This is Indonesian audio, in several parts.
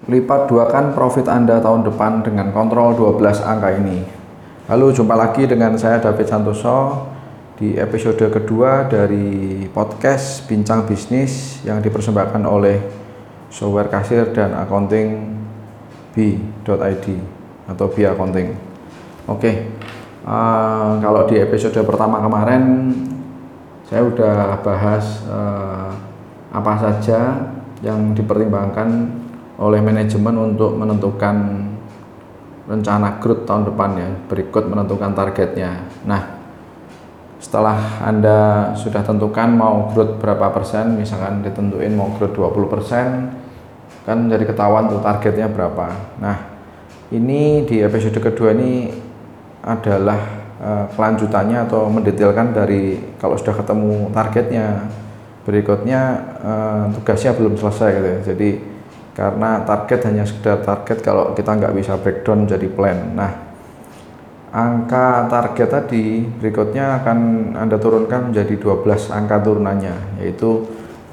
lipat duakan profit Anda tahun depan dengan kontrol 12 angka ini. Halo, jumpa lagi dengan saya David Santoso di episode kedua dari podcast Bincang Bisnis yang dipersembahkan oleh software kasir dan accounting B.id atau B Accounting. Oke, kalau di episode pertama kemarin saya udah bahas apa saja yang dipertimbangkan oleh manajemen untuk menentukan rencana growth tahun depan ya, berikut menentukan targetnya. Nah, setelah Anda sudah tentukan mau growth berapa persen, misalkan ditentuin mau growth 20%, kan jadi ketahuan tuh targetnya berapa. Nah, ini di episode kedua ini adalah kelanjutannya atau mendetailkan dari kalau sudah ketemu targetnya, berikutnya tugasnya belum selesai gitu ya. Jadi karena target hanya sekedar target, kalau kita nggak bisa breakdown jadi plan. Nah, angka target tadi berikutnya akan Anda turunkan menjadi 12 angka turunannya, yaitu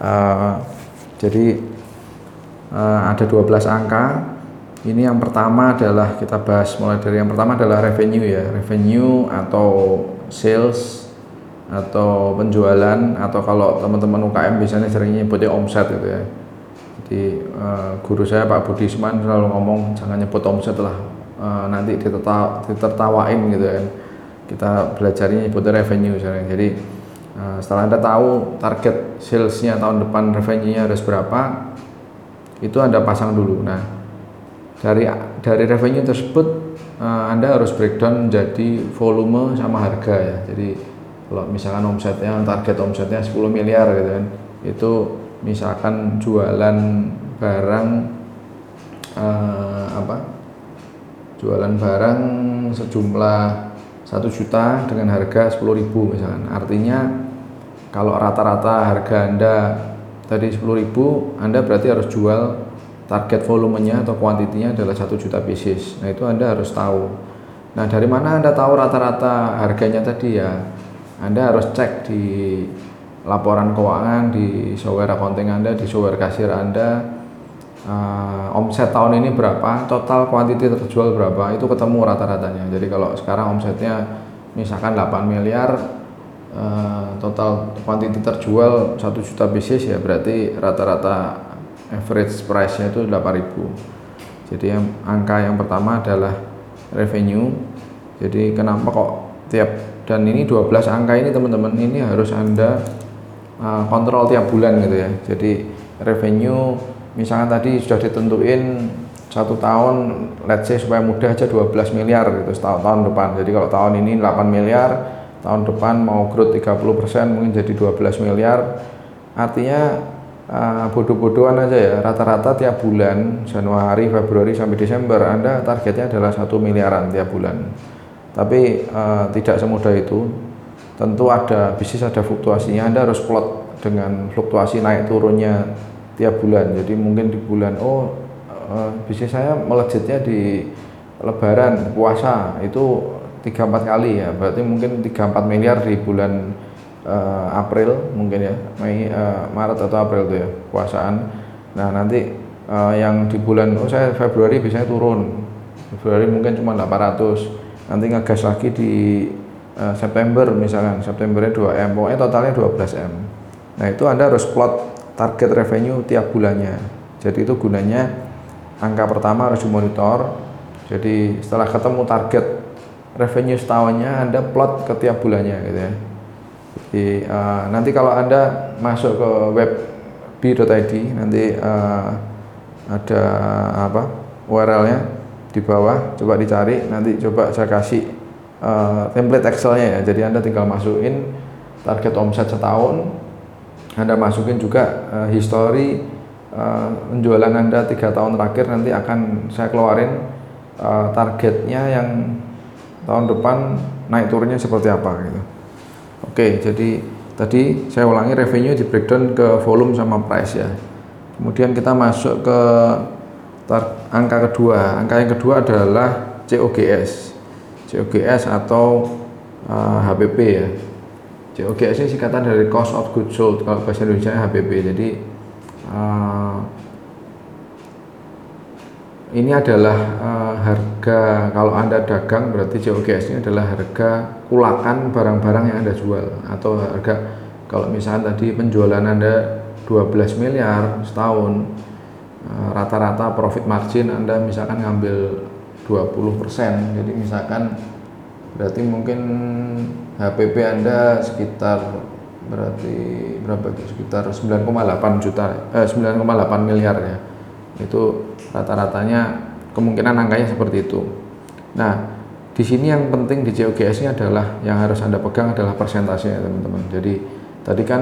ada 12 angka. Ini yang pertama adalah, kita bahas mulai dari yang pertama adalah revenue ya, revenue atau sales atau penjualan, atau kalau teman-teman UKM biasanya sering nyebutnya omset gitu ya. Jadi guru saya Pak Budisman selalu ngomong jangan nyebut omset lah, nanti ditertawain gitu kan. Kita belajarnya nyebutnya revenue sekarang. Jadi setelah Anda tahu target salesnya tahun depan, revenue-nya harus berapa, itu Anda pasang dulu. Nah, dari revenue tersebut Anda harus breakdown menjadi volume sama harga ya. Jadi kalau misalkan omsetnya, target omsetnya 10 miliar gitu kan, itu misalkan jualan barang jualan barang sejumlah 1 juta dengan harga 10.000 misalkan. Artinya kalau rata-rata harga Anda tadi 10.000, Anda berarti harus jual, target volumenya atau kuantitinya adalah 1 juta pieces. Nah, itu Anda harus tahu. Nah, dari mana Anda tahu rata-rata harganya tadi ya? Anda harus cek di laporan keuangan, di software accounting Anda, di software kasir Anda, omset tahun ini berapa, total kuantiti terjual berapa, itu ketemu rata-ratanya. Jadi kalau sekarang omsetnya misalkan 8 miliar, total kuantiti terjual 1 juta pieces ya, berarti rata-rata average price-nya itu 8.000. Jadi angka yang pertama adalah revenue. Jadi kenapa kok dan ini 12 angka ini teman-teman, ini harus Anda kontrol tiap bulan gitu ya. Jadi revenue misalkan tadi sudah ditentuin 1 tahun, let's say supaya mudah aja 12 miliar gitu tahun depan. Jadi kalau tahun ini 8 miliar, tahun depan mau growth 30% mungkin jadi 12 miliar. Artinya bodoh-bodohan aja ya, rata-rata tiap bulan Januari, Februari sampai Desember Anda targetnya adalah 1 miliaran tiap bulan. Tapi tidak semudah itu. Tentu bisnis ada fluktuasinya. Anda harus plot dengan fluktuasi naik turunnya tiap bulan. Jadi mungkin di bulan bisnis saya melejitnya di Lebaran, puasa itu 3-4 kali ya. Berarti mungkin 3-4 miliar di bulan April mungkin ya, Maret atau April itu ya puasaan. Nah, nanti yang di bulan saya Februari biasanya turun. Februari mungkin cuma 800. Nanti ngegas lagi di September misalkan, Septembernya 2M, pokoknya totalnya 12M. Nah, itu Anda harus plot target revenue tiap bulannya. Jadi itu gunanya angka pertama harus dimonitor. Jadi setelah ketemu target revenue setahunnya, Anda plot ke tiap bulannya gitu ya. Jadi nanti kalau Anda masuk ke web B.id, nanti ada URL-nya di bawah, coba dicari, nanti coba saya kasih template Excel-nya ya. Jadi Anda tinggal masukin target omset setahun, Anda masukin juga history penjualan Anda 3 tahun terakhir, nanti akan saya keluarin targetnya yang tahun depan naik turunnya seperti apa gitu. Oke, jadi tadi saya ulangi, revenue di breakdown ke volume sama price ya. Kemudian kita masuk ke angka kedua. Angka yang kedua adalah COGS. COGS atau HPP ya. COGS ini singkatan dari cost of goods sold, kalau bahasa Indonesia HPP. Jadi ini adalah harga kalau Anda dagang, berarti COGS ini adalah harga kulakan barang-barang yang Anda jual, atau harga kalau misalnya tadi penjualan Anda 12 miliar setahun, rata-rata profit margin Anda misalkan ngambil 20%, jadi misalkan berarti mungkin HPP Anda sekitar berarti berapa, sekitar 9,8 miliar ya. Itu rata-ratanya kemungkinan angkanya seperti itu. Nah, di sini yang penting di COGS-nya adalah yang harus Anda pegang adalah persentasenya, teman-teman. Jadi tadi kan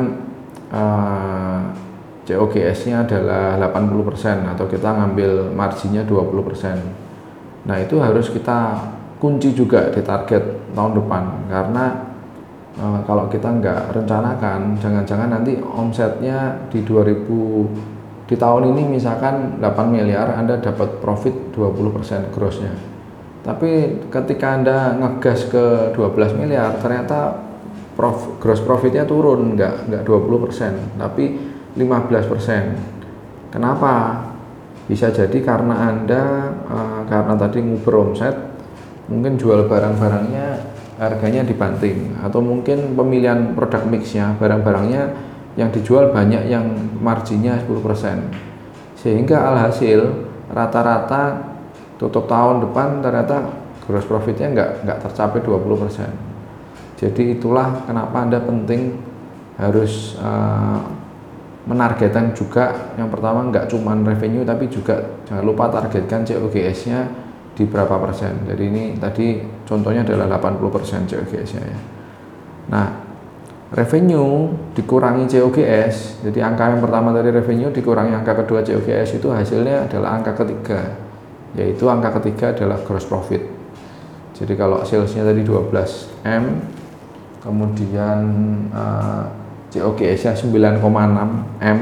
COGS-nya adalah 80% atau kita ngambil marginnya 20%. Nah, itu harus kita kunci juga di target tahun depan, karena kalau kita nggak rencanakan, jangan-jangan nanti omsetnya di tahun ini misalkan 8 miliar, Anda dapat profit 20% grossnya. Tapi ketika Anda ngegas ke 12 miliar, ternyata gross profitnya turun, nggak 20%, tapi 15%. Kenapa? Bisa jadi karena Anda karena tadi nguber omset, mungkin jual barang-barangnya harganya dibanting, atau mungkin pemilihan produk mixnya, barang-barangnya yang dijual banyak yang marginnya 10%, sehingga alhasil rata-rata tutup tahun depan ternyata gross profitnya nggak tercapai 20%. Jadi itulah kenapa Anda penting harus menargetkan juga, yang pertama nggak cuma revenue, tapi juga jangan lupa targetkan COGS-nya di berapa persen. Jadi ini tadi contohnya adalah 80% COGS-nya ya. Nah, revenue dikurangi COGS, jadi angka yang pertama tadi revenue dikurangi angka kedua COGS, itu hasilnya adalah angka ketiga, yaitu angka ketiga adalah gross profit. Jadi kalau salesnya tadi 12 M, kemudian COGS-nya 9,6 M,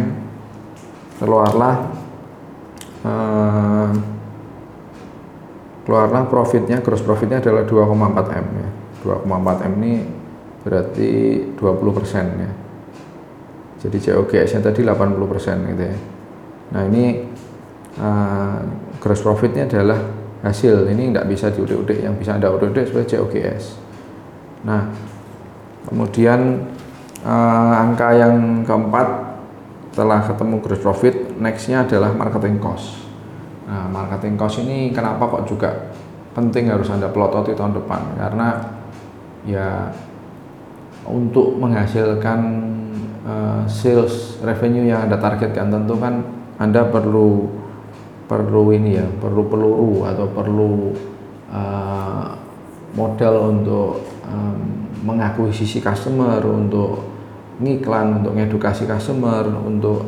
keluarlah profitnya, gross profitnya adalah 2,4 M ya. 2,4 M ini berarti 20% ya. Jadi COGS-nya tadi 80% gitu ya. Nah, ini gross profitnya adalah hasil, ini nggak bisa diudik-udik, yang bisa Anda udik-udik sebagai COGS. Nah, kemudian angka yang keempat setelah ketemu gross profit, nextnya adalah marketing cost. Nah, marketing cost ini kenapa kok juga penting harus Anda pelototi tahun depan, karena ya untuk menghasilkan sales revenue yang Anda targetkan, tentu kan Anda perlu ini ya, perlu peluru atau perlu modal untuk mengakuisisi customer, untuk ngiklan, untuk ngedukasi customer, untuk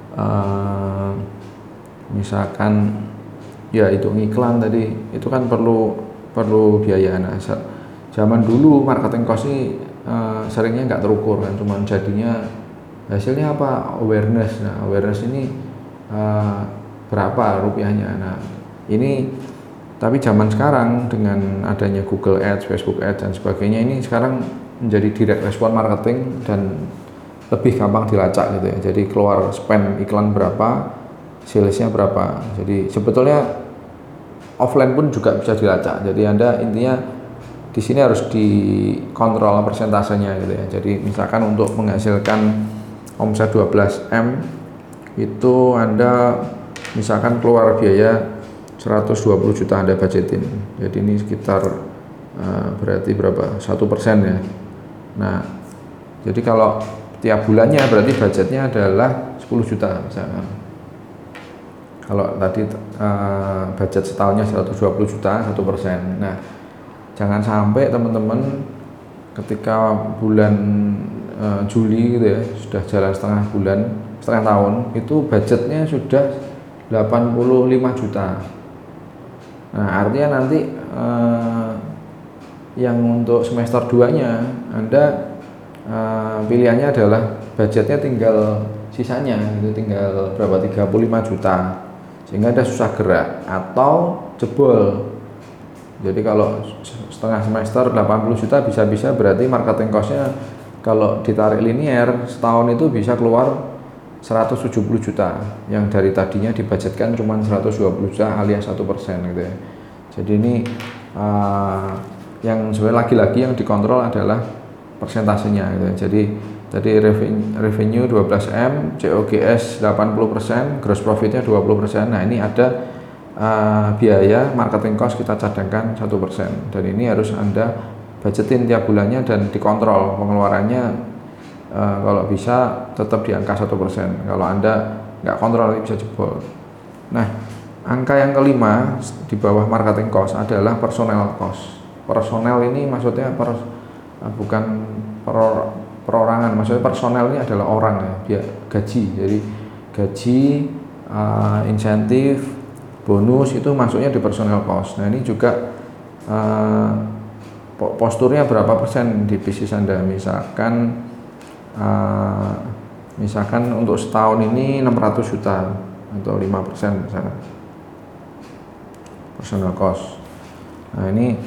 misalkan ya itu ngiklan tadi, itu kan perlu biaya. Nah, zaman dulu marketing cost ini seringnya nggak terukur kan, cuman jadinya hasilnya apa, awareness. Nah, awareness ini berapa rupiahnya. Nah, ini tapi zaman sekarang dengan adanya Google Ads, Facebook Ads dan sebagainya, ini sekarang menjadi direct response marketing dan lebih gampang dilacak gitu ya. Jadi keluar spend iklan berapa, salesnya berapa. Jadi sebetulnya offline pun juga bisa dilacak. Jadi Anda intinya di sini harus dikontrol persentasenya gitu ya. Jadi misalkan untuk menghasilkan omset 12 M itu Anda misalkan keluar biaya 120 juta Anda budgetin. Jadi ini sekitar berarti berapa? 1% ya. Nah, jadi kalau tiap bulannya berarti budgetnya adalah 10 juta misalkan. Kalau tadi budget setahunnya 120 juta, 1%. Nah, jangan sampai teman-teman ketika bulan Juli gitu ya, sudah jalan setengah tahun, itu budgetnya sudah 85 juta. Nah, artinya nanti yang untuk semester 2-nya Anda pilihannya adalah budgetnya tinggal sisanya, itu tinggal berapa, 35 juta, sehingga Anda susah gerak atau jebol. Jadi kalau setengah semester 80 juta bisa-bisa berarti marketing cost-nya kalau ditarik linear setahun itu bisa keluar 170 juta yang dari tadinya dibudgetkan cuma 120 juta alias 1% gitu ya. Jadi ini yang sebenarnya lagi-lagi yang dikontrol adalah persentasenya gitu ya. Jadi tadi revenue 12M, COGS 80%, gross profitnya 20%. Nah ini ada biaya marketing cost kita cadangkan 1%, dan ini harus Anda budgetin tiap bulannya dan dikontrol pengeluarannya. Kalau bisa tetap di angka 1%. Kalau Anda nggak kontrol bisa jebol. Nah, angka yang kelima di bawah marketing cost adalah personal cost. Personel ini maksudnya bukan perorangan, maksudnya personel ini adalah orang ya, gaji. Jadi gaji, insentif, bonus itu masuknya di personal cost. Nah ini juga posturnya berapa persen di bisnis Anda. Misalkan untuk setahun ini 600 juta atau 5% misalkan personal cost. Nah ini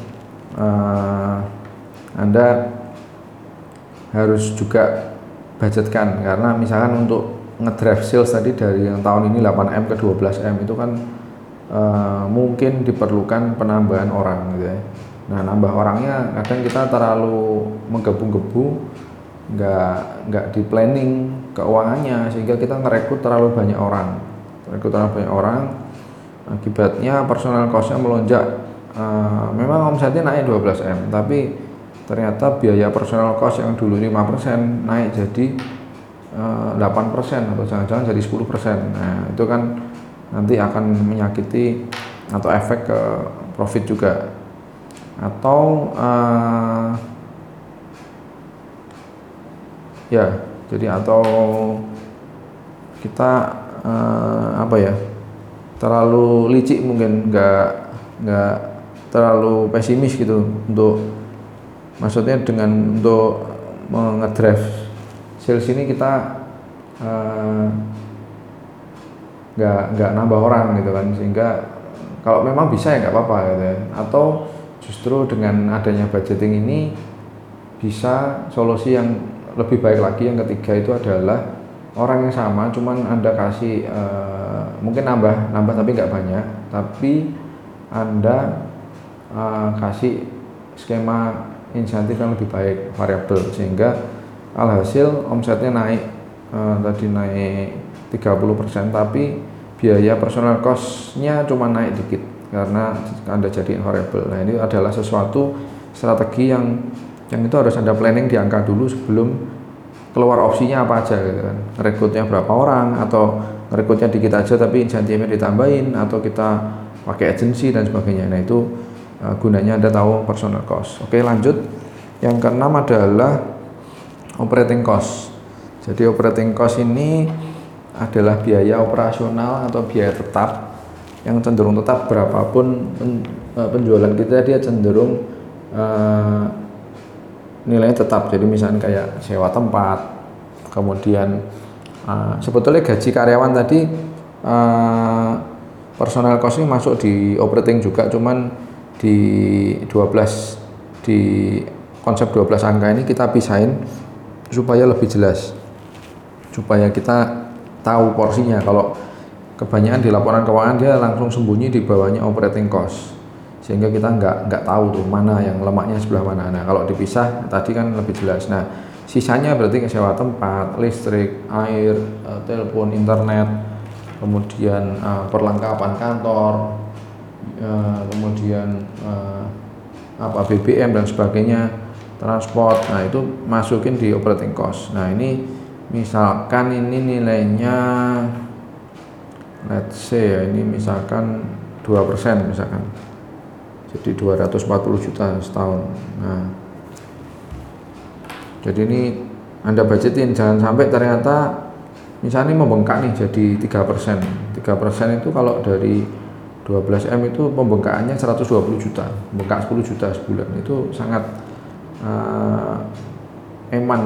Anda harus juga budgetkan, karena misalkan untuk ngedrive sales tadi dari yang tahun ini 8M ke 12M itu kan mungkin diperlukan penambahan orang gitu ya. Nah nambah orangnya kadang kita terlalu menggebu-gebu, nggak di planning keuangannya, sehingga kita ngerekrut terlalu banyak orang. Akibatnya personal cost-nya melonjak. Memang omsetnya naik 12M, tapi ternyata biaya personal cost yang dulu 5% naik jadi 8% atau jangan-jangan jadi 10%. Nah itu kan nanti akan menyakiti atau efek ke profit juga. Atau atau kita terlalu licik, mungkin nggak terlalu pesimis gitu maksudnya dengan untuk ngedrive sales ini kita nggak nambah orang gitu kan, sehingga kalau memang bisa ya nggak apa-apa gitu ya. Atau justru dengan adanya budgeting ini bisa solusi yang lebih baik lagi. Yang ketiga itu adalah orang yang sama, cuman Anda kasih mungkin nambah tapi nggak banyak, tapi Anda kasih skema insentif yang lebih baik, variabel, sehingga alhasil omsetnya naik, tadi naik 30%, tapi biaya personal cost-nya cuma naik dikit karena Anda jadiin variabel. Nah ini adalah sesuatu strategi yang itu harus Anda planning di angka dulu sebelum keluar opsinya apa aja gitu kan. Rekrutnya berapa orang, atau rekrutnya dikit aja tapi insentifnya ditambahin, atau kita pakai agensi dan sebagainya. Nah itu gunanya Anda tahu personal cost. Oke, lanjut. Yang keenam adalah operating cost. Jadi operating cost ini adalah biaya operasional atau biaya tetap yang cenderung tetap berapapun penjualan kita, dia cenderung nilainya tetap. Jadi misalnya kayak sewa tempat, kemudian sebetulnya gaji karyawan tadi personal cost ini masuk di operating juga, cuman di konsep 12 angka ini kita pisahin supaya lebih jelas, supaya kita tahu porsinya. Kalau kebanyakan di laporan keuangan dia langsung sembunyi di bawahnya operating cost, sehingga kita nggak tahu tuh mana yang lemaknya sebelah mana. Nah kalau dipisah tadi kan lebih jelas. Nah sisanya berarti sewa tempat, listrik, air, telepon, internet, kemudian perlengkapan kantor, kemudian BBM dan sebagainya, transport. Nah itu masukin di operating cost. Nah ini misalkan ini nilainya let's say ya, ini misalkan 2% misalkan, jadi 240 juta setahun. Nah jadi ini Anda budgetin, jangan sampai ternyata misalnya membengkak nih jadi 3%. 3% itu kalau dari 12M itu pembengkakannya 120 juta, bengkak 10 juta sebulan, itu sangat eman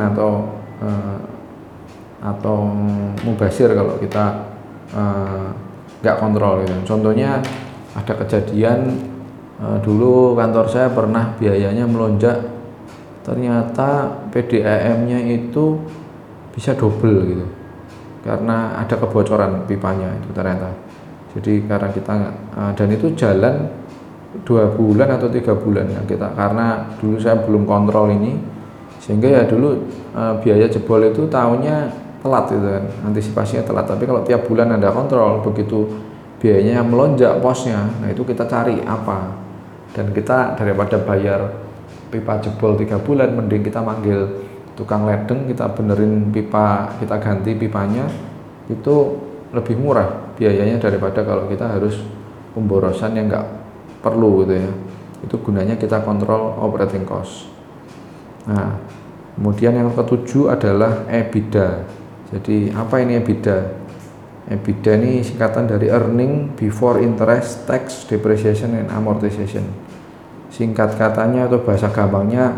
atau mubazir kalau kita nggak kontrol gitu. Contohnya ada kejadian dulu kantor saya pernah biayanya melonjak, ternyata PDAM-nya itu bisa double gitu. karena ada kebocoran pipanya itu ternyata. Jadi karena kita dan itu jalan 2 bulan atau 3 bulan ya kita, karena dulu saya belum kontrol ini, sehingga ya dulu biaya jebol itu tahunnya telat gitu kan, antisipasinya telat. Tapi kalau tiap bulan Anda kontrol, begitu biayanya melonjak posnya, nah itu kita cari apa, dan kita daripada bayar pipa jebol 3 bulan, mending kita manggil tukang ledeng, kita benerin pipa, kita ganti pipanya, itu lebih murah biayanya daripada kalau kita harus pemborosan yang nggak perlu gitu ya. Itu gunanya kita kontrol operating cost. Nah, kemudian yang ketujuh adalah EBITDA. Jadi apa ini EBITDA? EBITDA ini singkatan dari earning before interest, tax, depreciation, and amortization. Singkat katanya atau bahasa gampangnya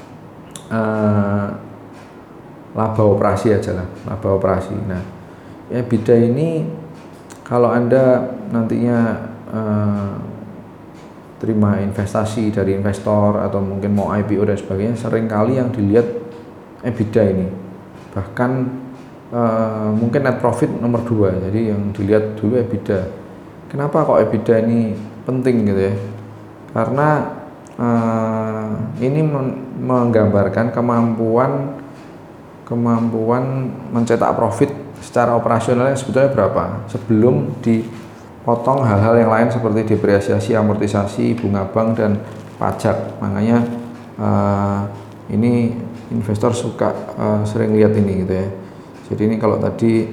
laba operasi aja lah, laba operasi. Nah, EBITDA ini kalau Anda nantinya terima investasi dari investor atau mungkin mau IPO dan sebagainya, seringkali yang dilihat EBITDA ini. Bahkan mungkin net profit nomor 2, jadi yang dilihat dulu EBITDA. Kenapa kok EBITDA ini penting gitu ya? Karena ini menggambarkan kemampuan mencetak profit secara operasionalnya sebetulnya berapa sebelum dipotong hal-hal yang lain seperti depresiasi, amortisasi, bunga bank, dan pajak. Makanya ini investor suka sering lihat ini gitu ya. Jadi ini kalau tadi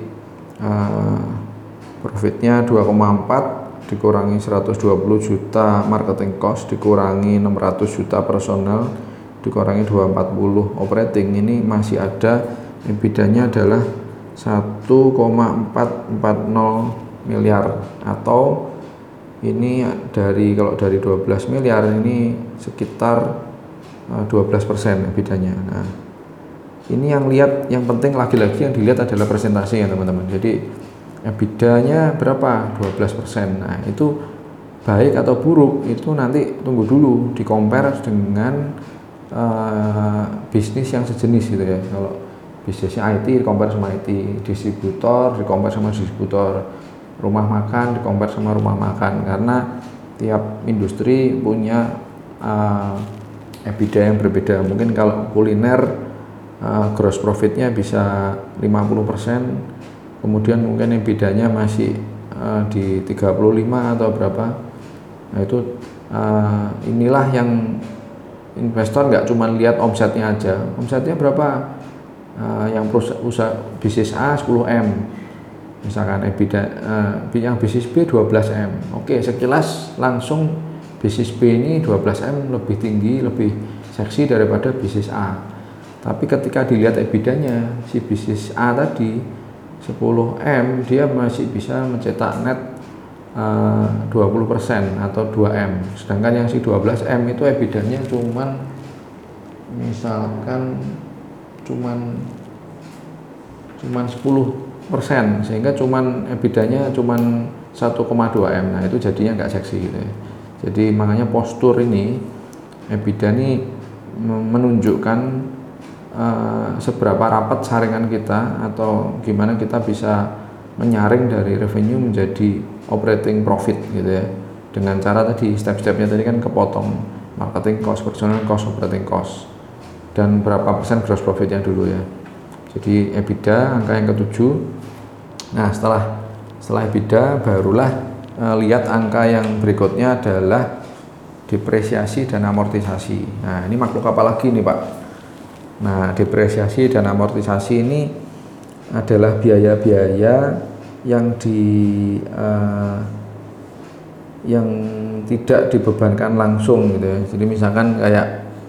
profitnya 2,4 dikurangi 120 juta marketing cost, dikurangi 600 juta personal, dikurangi 240 operating, ini masih ada EBITDA-nya adalah 1,440 miliar, atau ini kalau dari 12 miliar ini sekitar 12% EBITDA-nya. Nah, ini yang penting lagi-lagi yang dilihat adalah presentasi ya teman-teman. Jadi EBITDA-nya berapa? 12%. Nah, itu baik atau buruk itu nanti tunggu dulu, di-compare dengan bisnis yang sejenis gitu ya. Kalau bisnisnya IT di-compare sama IT, distributor di-compare sama distributor, rumah makan di-compare sama rumah makan, karena tiap industri punya EBITDA yang berbeda. Mungkin kalau kuliner gross profitnya bisa 50%, kemudian mungkin EBITDA-nya masih di 35 atau berapa. Nah itu inilah yang investor nggak cuma lihat omsetnya aja, omsetnya berapa, yang usaha bisnis A 10M misalkan EBITDA, yang bisnis B 12M. Oke, sekilas langsung bisnis B ini 12M lebih tinggi, lebih seksi daripada bisnis A. Tapi ketika dilihat EBITDA-nya, si bisnis A tadi 10M dia masih bisa mencetak net 20% atau 2M, sedangkan yang si 12M itu EBITDA-nya cuman misalkan cuman 10%, sehingga cuman EBITDA-nya cuman 1,2M. Nah, itu jadinya nggak seksi gitu ya. Jadi makanya postur ini EBITDA ini menunjukkan seberapa rapat saringan kita atau gimana kita bisa menyaring dari revenue menjadi operating profit gitu ya, dengan cara tadi step-stepnya tadi kan kepotong marketing cost, personal cost, operating cost, dan berapa persen gross profitnya dulu ya. Jadi EBITDA angka yang ketujuh. Nah, setelah EBITDA barulah lihat angka yang berikutnya adalah depresiasi dan amortisasi. Nah, ini makhluk apa lagi nih Pak? Nah, depresiasi dan amortisasi ini adalah biaya-biaya yang tidak dibebankan langsung gitu ya. Jadi misalkan kayak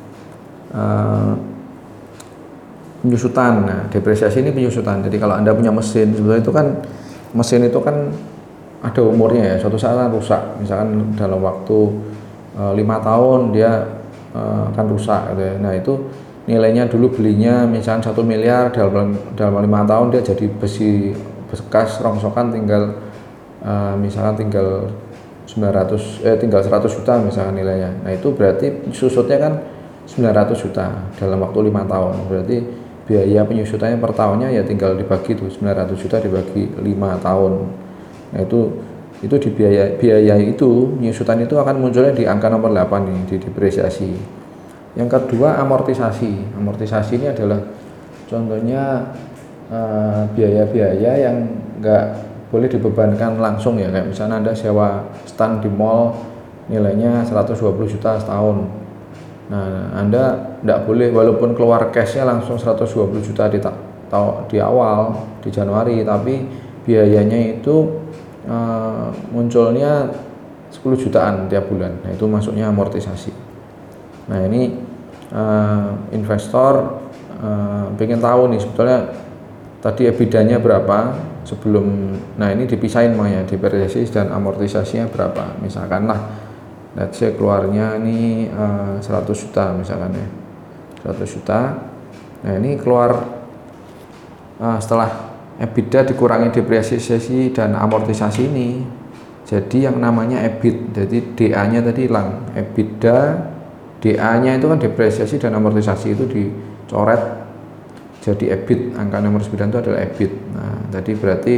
penyusutan. Nah, depresiasi ini penyusutan. Jadi kalau Anda punya mesin, sebetulnya itu kan mesin itu kan ada umurnya ya. Suatu saat rusak. Misalkan dalam waktu 5 tahun dia akan rusak gitu ya. Nah, itu nilainya dulu belinya misalkan 1 miliar, dalam 5 tahun dia jadi besi bekas rongsokan tinggal misalkan tinggal 100 juta misalkan nilainya. Nah, itu berarti susutnya kan 900 juta dalam waktu 5 tahun. Berarti biaya penyusutannya per tahunnya ya tinggal dibagi tuh 900 juta dibagi 5 tahun. Nah itu di biaya itu penyusutan itu akan munculnya di angka nomor 8 nih, di depresiasi. Yang kedua amortisasi. Amortisasi ini adalah contohnya biaya-biaya yang nggak boleh dibebankan langsung ya, kayak misalnya Anda sewa stand di mall nilainya 120 juta setahun. Nah, Anda nggak boleh walaupun keluar cashnya langsung 120 juta di awal di Januari, tapi biayanya itu munculnya 10 jutaan tiap bulan. Nah, itu masuknya amortisasi. Nah, ini investor pengen tahu nih sebetulnya tadi EBITDA-nya berapa sebelum. Nah, ini dipisahin makanya depresiasi dan amortisasinya berapa. Misalkan lah let's say keluarnya ini 100 juta misalkan ya, 100 juta. Nah, ini keluar setelah EBITDA dikurangi depresiasi dan amortisasi ini jadi yang namanya EBIT. Jadi DA-nya tadi hilang. EBITDA, DA-nya itu kan depresiasi dan amortisasi itu dicoret jadi EBIT. Angka nomor 9 itu adalah EBIT. Nah, tadi berarti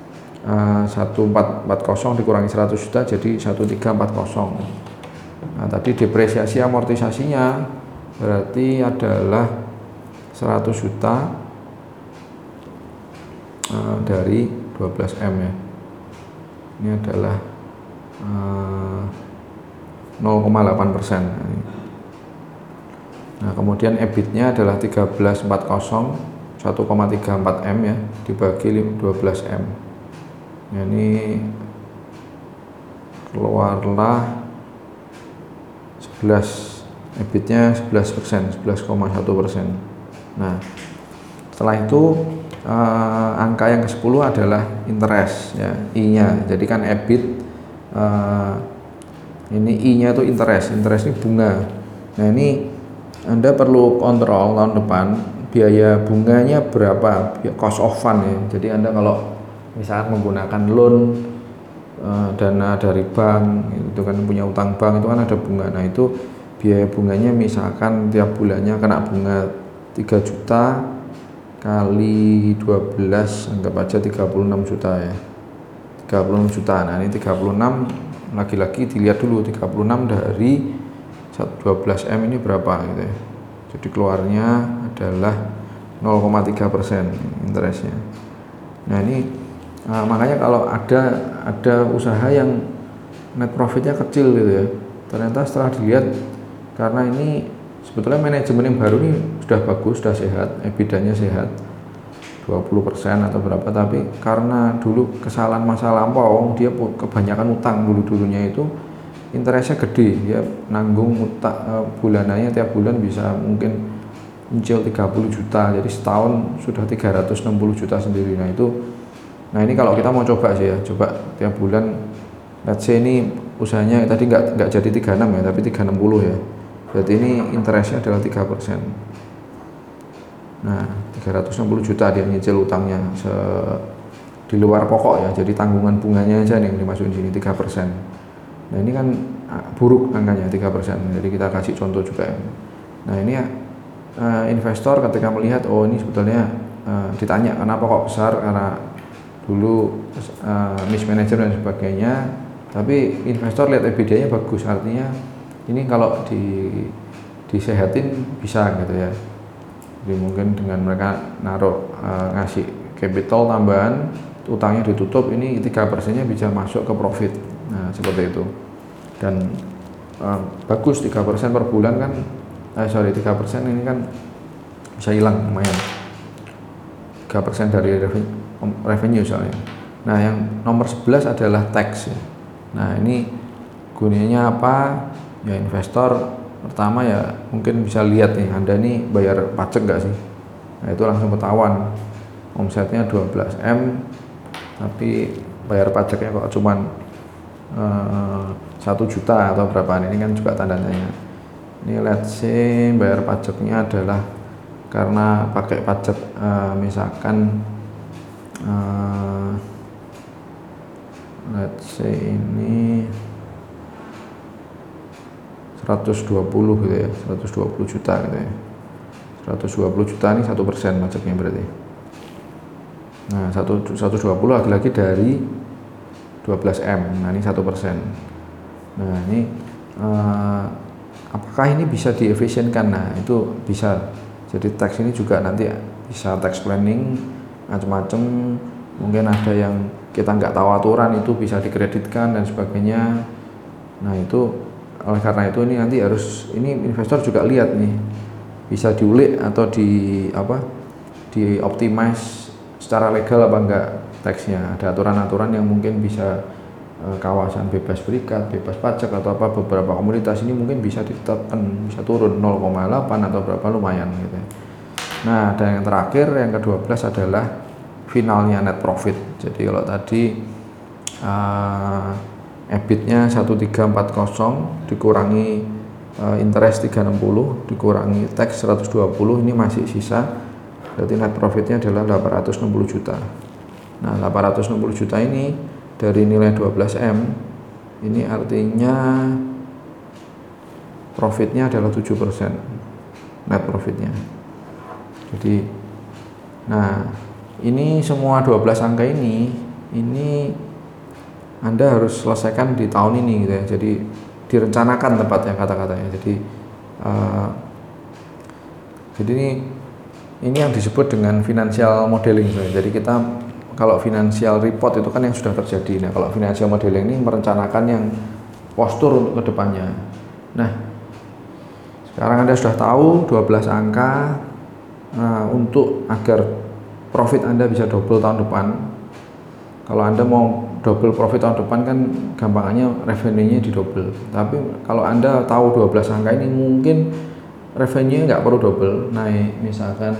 1440 dikurangi 100 juta jadi 1340. Nah, tadi depresiasi amortisasinya berarti adalah 100 juta dari 12M ya. Ini adalah 0,8%. Nah, kemudian EBIT-nya adalah 1340 1,34 M ya dibagi 12M. Nah, ini keluarlah 11, EBIT-nya 11%, 11,1%. Nah, setelah itu angka yang ke-10 adalah interest ya, I-nya. Jadi kan EBIT ini I-nya itu interest ini bunga. Nah, ini Anda perlu kontrol tahun depan biaya bunganya berapa, cost of fund ya. Jadi Anda kalau misalkan menggunakan loan dana dari bank itu kan punya utang bank itu kan ada bunga. Nah, itu biaya bunganya misalkan tiap bulannya kena bunga 3 juta kali 12 anggap aja 36 juta ya. 36 juta. Nah, ini 36 lagi-lagi dilihat dulu 36 dari 12M ini berapa gitu ya. Jadi keluarnya adalah 0,3% interestnya. Nah, ini makanya kalau ada usaha yang net profitnya kecil gitu ya, ternyata setelah dilihat karena ini sebetulnya manajemen yang baru ini sudah bagus, sudah sehat, EBITDA-nya sehat 20% atau berapa, tapi karena dulu kesalahan masa lampau dia kebanyakan utang dulunya itu interestnya gede, dia nanggung utang bulanannya tiap bulan bisa mungkin nyicil 30 juta, jadi setahun sudah 360 juta sendiri. Nah ini kalau kita mau coba sih ya, coba tiap bulan let's say ini usahanya tadi nggak jadi 36 ya, tapi 360 ya, berarti ini interestnya adalah 3%. Nah 360 juta dia nyicil utangnya di luar pokok ya, jadi tanggungan bunganya aja nih yang dimasukin sini 3%. Nah ini kan buruk angkanya 3%, jadi kita kasih contoh juga ya. Nah ini investor ketika melihat oh ini sebetulnya ditanya kenapa kok besar, karena dulu mismanagement dan sebagainya, tapi investor lihat EBITDA-nya bagus, artinya ini kalau disehatin bisa gitu ya. Jadi mungkin dengan mereka naruh ngasih capital tambahan, utangnya ditutup, ini 3%-nya bisa masuk ke profit. Nah seperti itu. Dan bagus 3% per bulan kan 3% ini kan bisa hilang lumayan 3% dari revenue soalnya. Nah yang nomor 11 adalah tax ya. Nah ini gunanya apa ya, investor pertama ya mungkin bisa lihat nih Anda nih bayar pajak nggak sih. Nah itu langsung ketahuan, omsetnya 12M tapi bayar pajaknya kok cuman 1 juta atau berapaan, ini kan juga tanda tanya. Ini let's say bayar pajaknya adalah karena pakai pajak misalkan let's say ini 120 gitu ya, 120 juta gitu ya, 120 juta ini 1% pajaknya berarti. Nah 120 lagi-lagi dari 12M, nah ini 1%. Nah ini apakah ini bisa diefisienkan? Nah itu bisa. Jadi tax ini juga nanti bisa tax planning macam-macam, mungkin ada yang kita nggak tahu aturan itu bisa dikreditkan dan sebagainya. Nah itu oleh karena itu ini nanti harus, ini investor juga lihat nih bisa diulik atau di optimize secara legal apa enggak taxnya. Ada aturan-aturan yang mungkin bisa kawasan bebas berikat, bebas pajak atau apa, beberapa komoditas ini mungkin bisa ditetapkan, bisa turun 0,8 atau berapa, lumayan gitu. Nah dan yang terakhir yang ke-12 adalah finalnya net profit. Jadi kalau tadi EBIT-nya 1340 dikurangi interest 360 dikurangi tax 120, ini masih sisa, berarti net profitnya adalah 860 juta. Nah 860 juta ini dari nilai 12M, ini artinya profitnya adalah 7% net profitnya. Jadi nah ini semua 12 angka ini Anda harus selesaikan di tahun ini gitu ya. Jadi direncanakan tepatnya kata-katanya. Jadi ini yang disebut dengan financial modeling. Jadi kita kalau financial report itu kan yang sudah terjadi. Nah kalau financial modeling ini merencanakan yang postur untuk kedepannya. Nah sekarang Anda sudah tahu 12 angka untuk agar profit Anda bisa double tahun depan. Kalau Anda mau double profit tahun depan kan gampangannya revenue-nya di double. Tapi kalau Anda tahu 12 angka ini, mungkin revenue-nya nggak perlu double, naik misalkan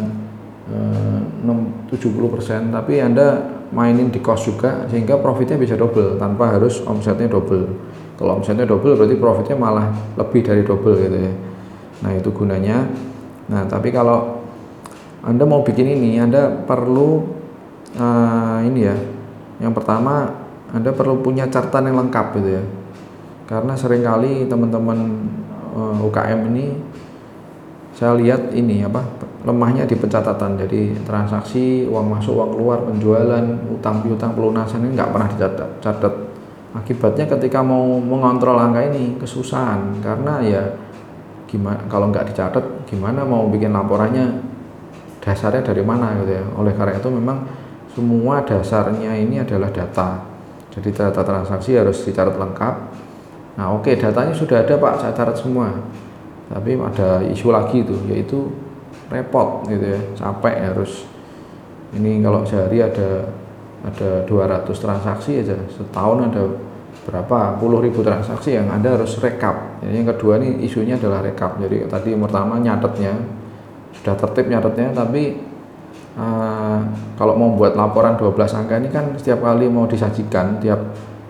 70%, tapi Anda mainin di cost juga sehingga profitnya bisa double tanpa harus omsetnya double. Kalau omsetnya double berarti profitnya malah lebih dari double gitu ya. Nah itu gunanya. Nah tapi kalau Anda mau bikin ini, Anda perlu ini ya. Yang pertama, Anda perlu punya catatan yang lengkap gitu ya. Karena seringkali teman-teman UKM ini saya lihat ini lemahnya di pencatatan. Jadi transaksi, uang masuk, uang keluar, penjualan, utang piutang, pelunasan ini nggak pernah dicatat. Akibatnya ketika mau mengontrol angka ini kesusahan, karena ya gimana kalau nggak dicatat, gimana mau bikin laporannya, dasarnya dari mana gitu ya. Oleh karena itu memang semua dasarnya ini adalah data. Jadi data transaksi harus dicatat lengkap. Nah oke, datanya sudah ada Pak, saya catat semua. Tapi ada isu lagi tuh, yaitu repot gitu ya, capek harus. Ini kalau sehari ada 200 transaksi aja, setahun ada berapa puluh ribu transaksi yang Anda harus rekap. Jadi yang kedua nih isunya adalah rekap. Jadi tadi yang pertama nyatetnya sudah tertib nyatetnya, tapi kalau mau buat laporan 12 angka ini kan setiap kali mau disajikan tiap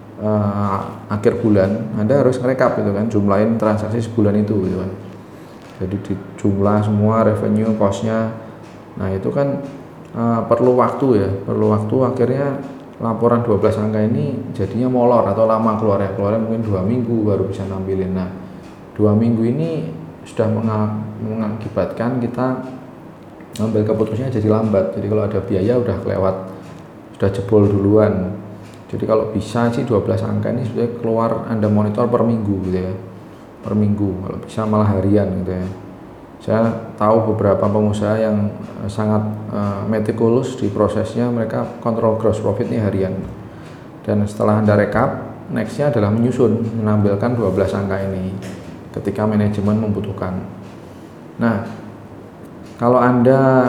akhir bulan Anda harus ngerekap gitu kan, jumlahin transaksi sebulan itu gitu kan. Jadi dijumlah semua revenue, cost-nya. Nah itu kan perlu waktu ya, akhirnya laporan 12 angka ini jadinya molor atau lama keluarnya mungkin 2 minggu baru bisa nampilin. Nah 2 minggu ini sudah mengakibatkan kita ambil keputusannya jadi lambat. Jadi kalau ada biaya udah kelewat, sudah jebol duluan. Jadi kalau bisa sih 12 angka ini sudah keluar, Anda monitor per minggu gitu ya, per minggu, kalau bisa malah harian gitu ya. Saya tahu beberapa pengusaha yang sangat meticulous di prosesnya, mereka kontrol gross profitnya harian. Dan setelah Anda rekap, nextnya adalah menyusun, menampilkan 12 angka ini ketika manajemen membutuhkan. Nah kalau Anda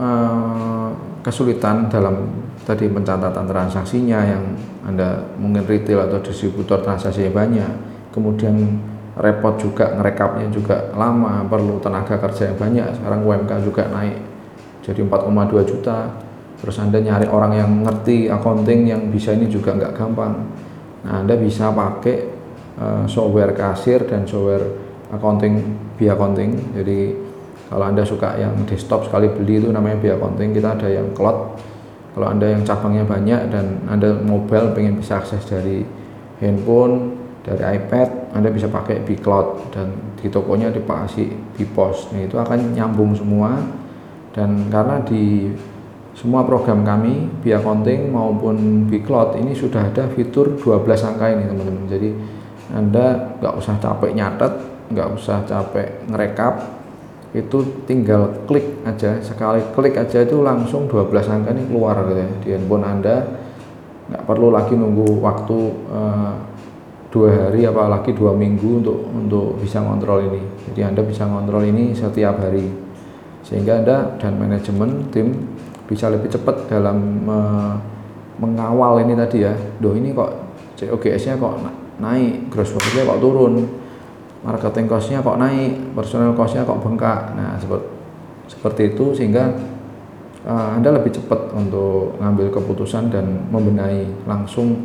kesulitan dalam tadi pencatatan transaksinya, yang Anda mungkin retail atau distributor transaksinya banyak, kemudian repot juga ngerekapnya juga lama, perlu tenaga kerja yang banyak. Sekarang UMK juga naik jadi 4,2 juta. Terus Anda nyari orang yang ngerti accounting yang bisa ini juga nggak gampang. Nah Anda bisa pakai software kasir dan software accounting, B-accounting. Jadi kalau Anda suka yang desktop sekali beli itu namanya B-accounting, kita ada yang cloud. Kalau Anda yang cabangnya banyak dan Anda mobile pengen bisa akses dari handphone, dari iPad, Anda bisa pakai B-Cloud dan di tokonya dipasih B-Post. Nah itu akan nyambung semua. Dan karena di semua program kami, Biaccounting maupun Bcloud ini sudah ada fitur 12 angka ini teman-teman. Jadi Anda nggak usah capek nyatet, nggak usah capek ngerekap, itu tinggal klik aja, sekali klik aja itu langsung 12 angka ini keluar gitu ya, di handphone Anda. Nggak perlu lagi nunggu waktu 2 hari apalagi 2 minggu untuk bisa ngontrol ini. Jadi Anda bisa ngontrol ini setiap hari, sehingga Anda dan manajemen tim bisa lebih cepat dalam mengawal ini tadi ya. Ini kok COGS-nya kok naik, gross profit-nya kok turun, marketing cost-nya kok naik, personal cost-nya kok bengkak. Nah seperti itu, sehingga Anda lebih cepat untuk ngambil keputusan dan membenahi langsung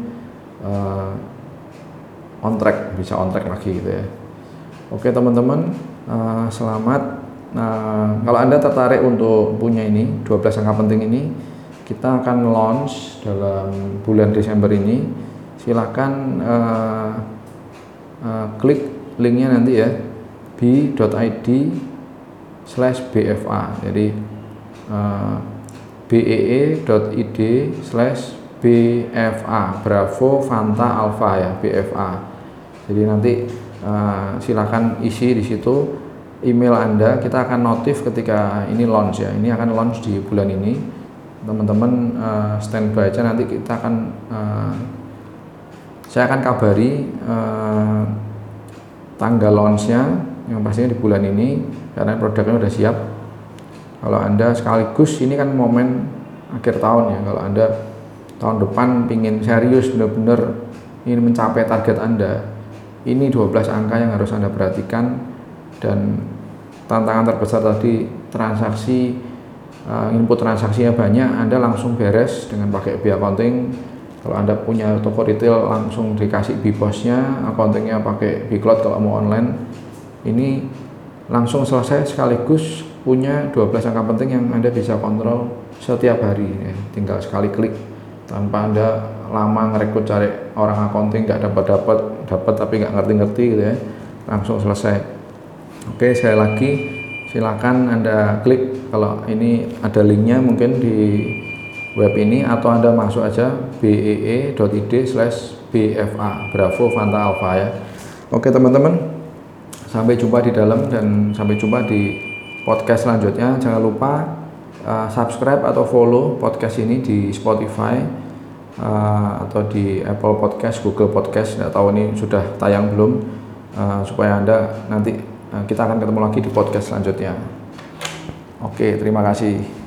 on track, bisa on track lagi gitu ya. Oke teman-teman, selamat. Kalau Anda tertarik untuk punya ini 12 angka penting ini, kita akan launch dalam bulan Desember ini. Silakan klik linknya nanti ya, bee.id/bfa. Jadi bee.id/bfa, Bravo Fanta Alpha ya, BFA. Jadi nanti silakan isi di situ email Anda, kita akan notif ketika ini launch ya. Ini akan launch di bulan ini. Teman-teman standby aja, nanti kita akan saya akan kabari tanggal launchnya, yang pastinya di bulan ini karena produknya udah siap. Kalau Anda sekaligus, ini kan momen akhir tahun ya, kalau Anda tahun depan pingin serius benar-benar ingin mencapai target Anda, ini 12 angka yang harus Anda perhatikan. Dan tantangan terbesar tadi, transaksi input transaksinya banyak, Anda langsung beres dengan pakai Biaccounting. Kalau Anda punya toko retail, langsung dikasih BPOS-nya, accounting-nya pakai Bcloud. Kalau mau online, ini langsung selesai sekaligus punya 12 angka penting yang Anda bisa kontrol setiap hari ya. Tinggal sekali klik, tanpa Anda lama ngerekrut cari orang accounting, nggak dapat tapi nggak ngerti gitu ya, langsung selesai. Oke, sekali lagi silakan Anda klik, kalau ini ada linknya mungkin di web ini, atau Anda masuk aja bee.id/bfa, Bravo Fanta Alpha ya. Oke teman-teman, sampai jumpa di dalam dan sampai jumpa di podcast selanjutnya. Jangan lupa subscribe atau follow podcast ini di Spotify atau di Apple Podcast, Google Podcast. Nggak tahu ini sudah tayang belum, supaya Anda nanti kita akan ketemu lagi di podcast selanjutnya. Oke, terima kasih.